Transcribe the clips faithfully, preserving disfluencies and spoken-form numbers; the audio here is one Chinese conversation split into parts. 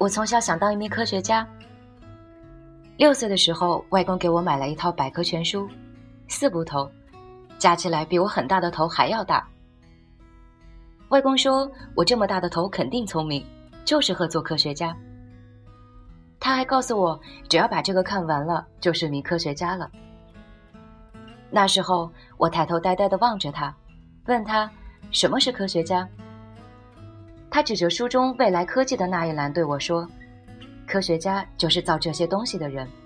我从小想当一名科学家。六岁的时候，外公给我买了一套百科全书，四部头，加起来比我很大的头还要大。外公说我这么大的头肯定聪明，就适合做科学家。他还告诉我，只要把这个看完了，就是名科学家了。那时候我抬头呆呆地望着他，问他什么是科学家。他指着书中未来科技的那一栏对我说，科学家就是造这些东西的人。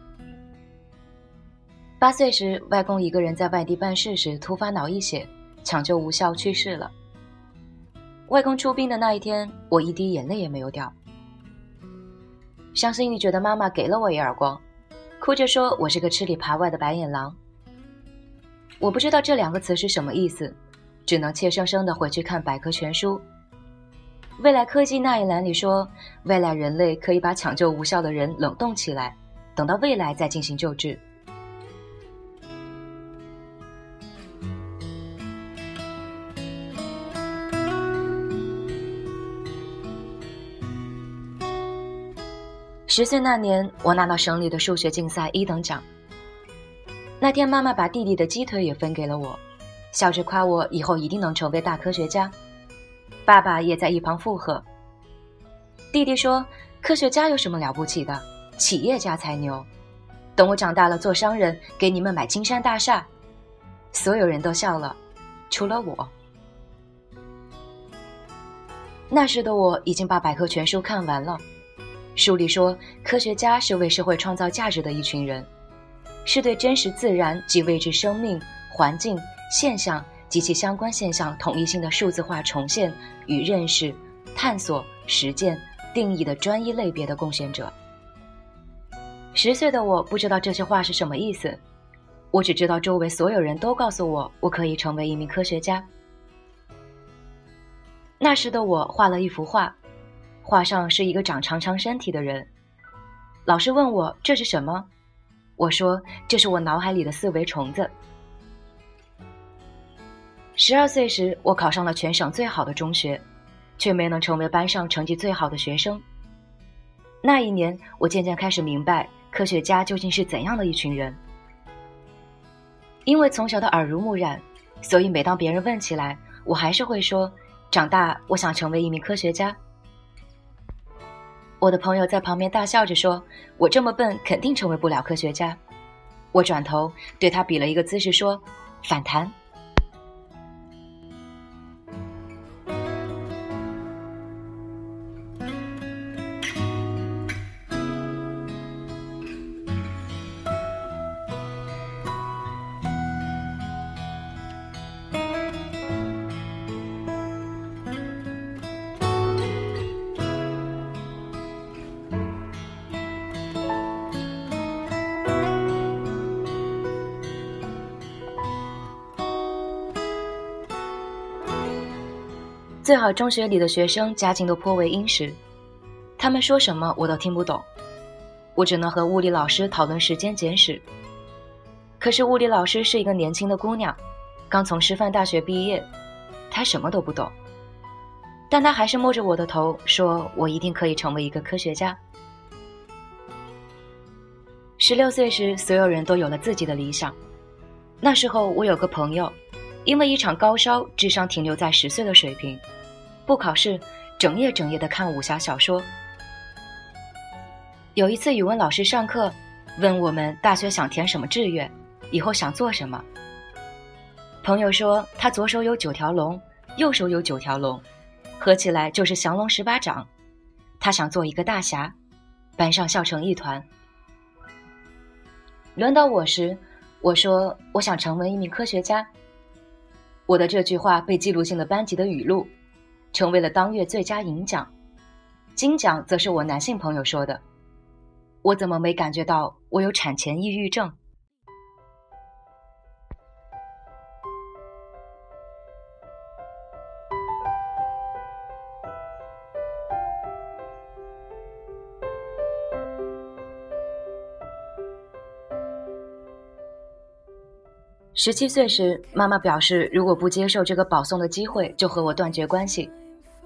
八岁时，外公一个人在外地办事时突发脑溢血，抢救无效去世了。外公出殡的那一天，我一滴眼泪也没有掉。伤心欲绝的妈妈给了我一耳光，哭着说我是个吃里扒外的白眼狼。我不知道这两个词是什么意思，只能怯生生地回去看百科全书。未来科技那一栏里说，未来人类可以把抢救无效的人冷冻起来，等到未来再进行救治。十岁那年，我拿到省里的数学竞赛一等奖。那天妈妈把弟弟的鸡腿也分给了我，笑着夸我以后一定能成为大科学家。爸爸也在一旁附和。弟弟说，科学家有什么了不起的，企业家才牛，等我长大了做商人，给你们买金山大厦。所有人都笑了，除了我。那时的我已经把百科全书看完了，书里说，科学家是为社会创造价值的一群人，是对真实自然及未知生命、环境、现象及其相关现象统一性的数字化重现与认识、探索、实践、定义的专一类别的贡献者。十岁的我不知道这些话是什么意思，我只知道周围所有人都告诉我，我可以成为一名科学家。那时的我画了一幅画，画上是一个长长长身体的人。老师问我这是什么，我说这是我脑海里的四维虫子。十二岁时，我考上了全省最好的中学，却没能成为班上成绩最好的学生。那一年，我渐渐开始明白科学家究竟是怎样的一群人。因为从小的耳濡目染，所以每当别人问起来，我还是会说，长大我想成为一名科学家。我的朋友在旁边大笑着说，我这么笨，肯定成为不了科学家。我转头对他比了一个姿势说，反弹。最好中学里的学生家境都颇为殷实，他们说什么我都听不懂，我只能和物理老师讨论时间简史。可是物理老师是一个年轻的姑娘，刚从师范大学毕业，她什么都不懂，但她还是摸着我的头说，我一定可以成为一个科学家。十六岁时，所有人都有了自己的理想。那时候我有个朋友，因为一场高烧，智商停留在十岁的水平，不考试，整夜整夜地看武侠小说。有一次语文老师上课，问我们大学想填什么志愿，以后想做什么。朋友说他左手有九条龙，右手有九条龙，合起来就是降龙十八掌。他想做一个大侠，班上笑成一团。轮到我时，我说我想成为一名科学家。我的这句话被记录进了班级的语录，成为了当月最佳银奖。金奖则是我男性朋友说的。我怎么没感觉到我有产前抑郁症？十七岁时，妈妈表示如果不接受这个保送的机会，就和我断绝关系。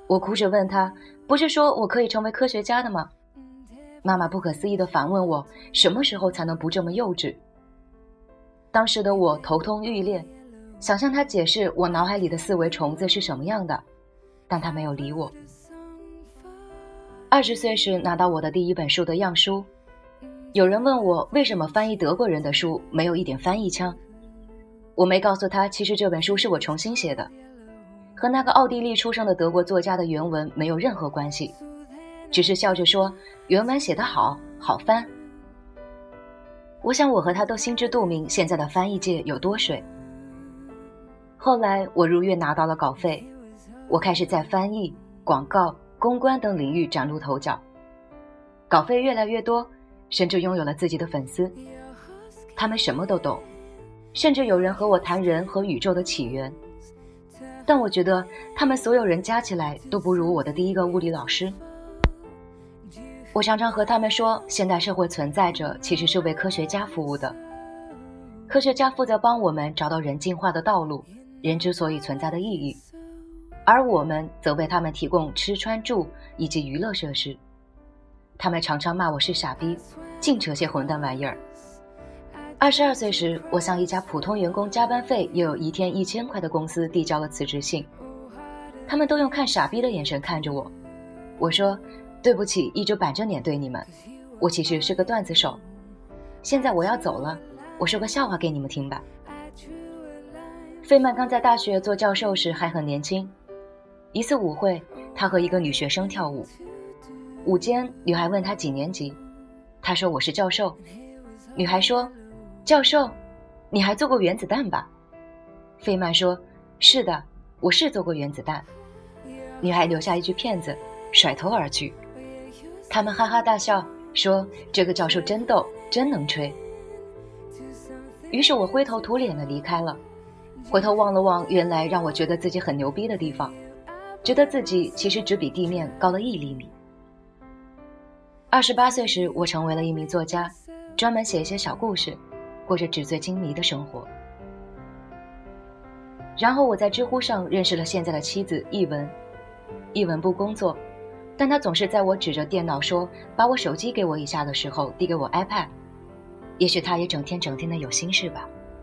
我哭着问他，不是说我可以成为科学家的吗？妈妈不可思议地反问我，什么时候才能不这么幼稚？当时的我头痛欲裂，想向他解释我脑海里的四维虫子是什么样的，但他没有理我。二十岁时拿到我的第一本书的样书，有人问我为什么翻译德国人的书没有一点翻译腔，我没告诉他，其实这本书是我重新写的，和那个奥地利出生的德国作家的原文没有任何关系，只是笑着说原文写得好，好翻。我想我和他都心知肚明现在的翻译界有多水。后来我如约拿到了稿费，我开始在翻译、广告、公关等领域崭露头角，稿费越来越多，甚至拥有了自己的粉丝。他们什么都懂，甚至有人和我谈人和宇宙的起源，但我觉得他们所有人加起来都不如我的第一个物理老师。我常常和他们说，现代社会存在着其实是为科学家服务的，科学家负责帮我们找到人进化的道路，人之所以存在的意义，而我们则为他们提供吃穿住以及娱乐设施。他们常常骂我是傻逼，净扯些混蛋玩意儿。二十二岁时，我向一家普通员工加班费也有一天一千块的公司递交了辞职信，他们都用看傻逼的眼神看着我。我说对不起，一直板着脸对你们，我其实是个段子手，现在我要走了，我说个笑话给你们听吧。费曼刚在大学做教授时还很年轻，一次舞会，他和一个女学生跳舞，舞间女孩问他几年级，他说我是教授。女孩说教授，你还做过原子弹吧？费曼说是的，我是做过原子弹。女孩留下一句骗子，甩头而去。他们哈哈大笑，说这个教授真逗，真能吹。于是我灰头土脸地离开了，回头望了望原来让我觉得自己很牛逼的地方，觉得自己其实只比地面高了一厘米。二十八岁时，我成为了一名作家，专门写一些小故事，过着纸醉金迷的生活。然后我在知乎上认识了现在的妻子一文。一文不工作，但他总是在我指着电脑说把我手机给我一下的时候递给我 iPad， 也许他也整天整天的有心事吧。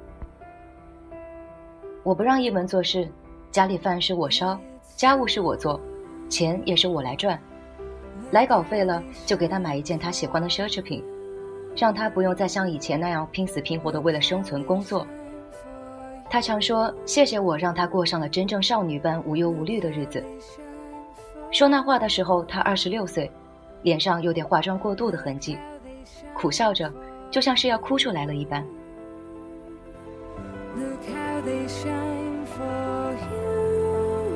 我不让一文做事，家里饭是我烧，家务是我做，钱也是我来赚，来稿费了就给他买一件他喜欢的奢侈品，让他不用再像以前那样拼死拼活的为了生存工作。他常说谢谢我让他过上了真正少女般无忧无虑的日子。说那话的时候他二十六岁，脸上有点化妆过度的痕迹，苦笑着，就像是要哭出来了一般。 Look how they shine for you.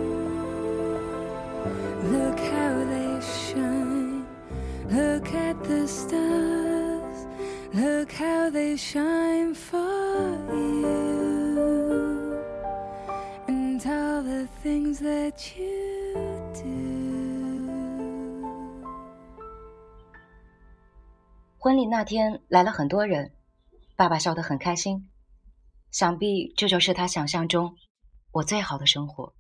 Look how they shine. Look at the stars. Look how they shine for you. And all the things that you do. 婚礼那天来了很多人，爸爸笑得很开心，想必这就是他想象中我最好的生活。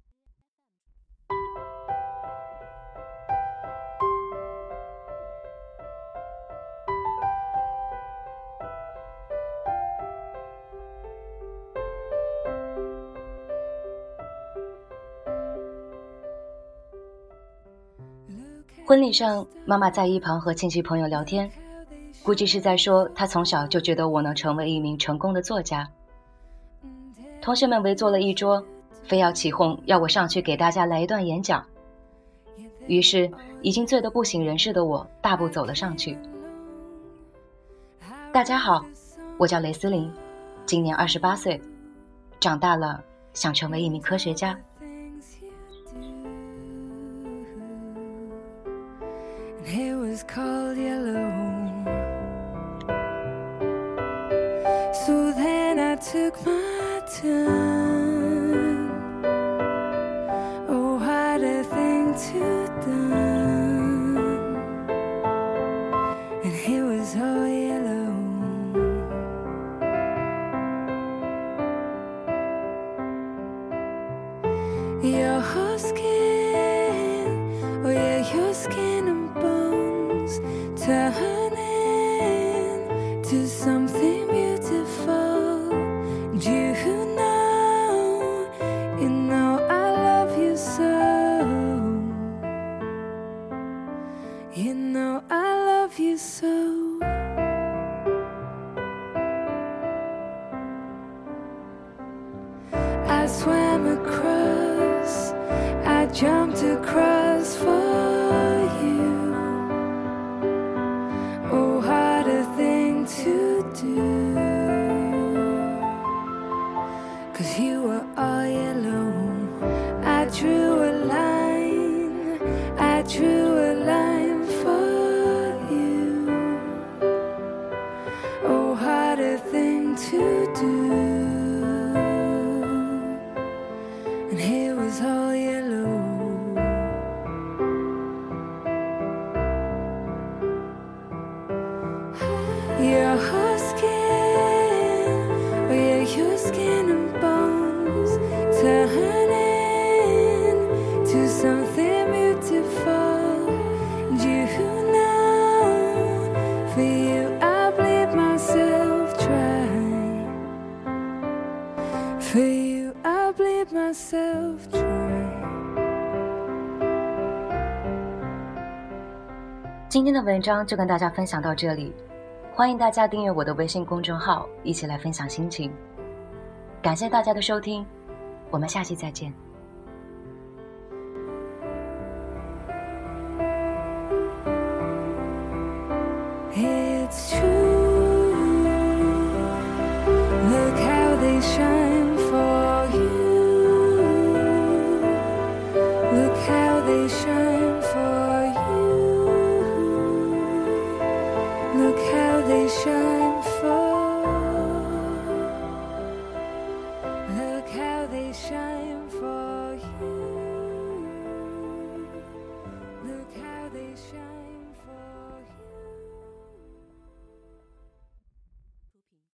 婚礼上，妈妈在一旁和亲戚朋友聊天，估计是在说她从小就觉得我能成为一名成功的作家。同学们围坐了一桌，非要起哄要我上去给大家来一段演讲。于是已经醉得不省人事的我大步走了上去。大家好，我叫雷思琳，今年二十八岁，长大了想成为一名科学家。 It was called yellow. So then I took my turn. Oh, what a thing to done. And it was all yellow. Your skin turn into something beautiful. And you know, you know I love you so. You know I love you so. I swam across, I jumped across for you. Oh, harder thing to do, 'cause you were all yellow. I drew a line, I drew a line for you. Oh, harder thing to do. And hair was all yellow. Your whole skin, oh yeah, your skin and bones turn into something beautiful. And you know, for you I bleed myself dry. For you I bleed myself dry. 今天的文章就跟大家分享到这里，欢迎大家订阅我的微信公众号，一起来分享心情。感谢大家的收听，我们下期再见。 It's true. Look how they shine for you. Look how they shine for you. Look how they shine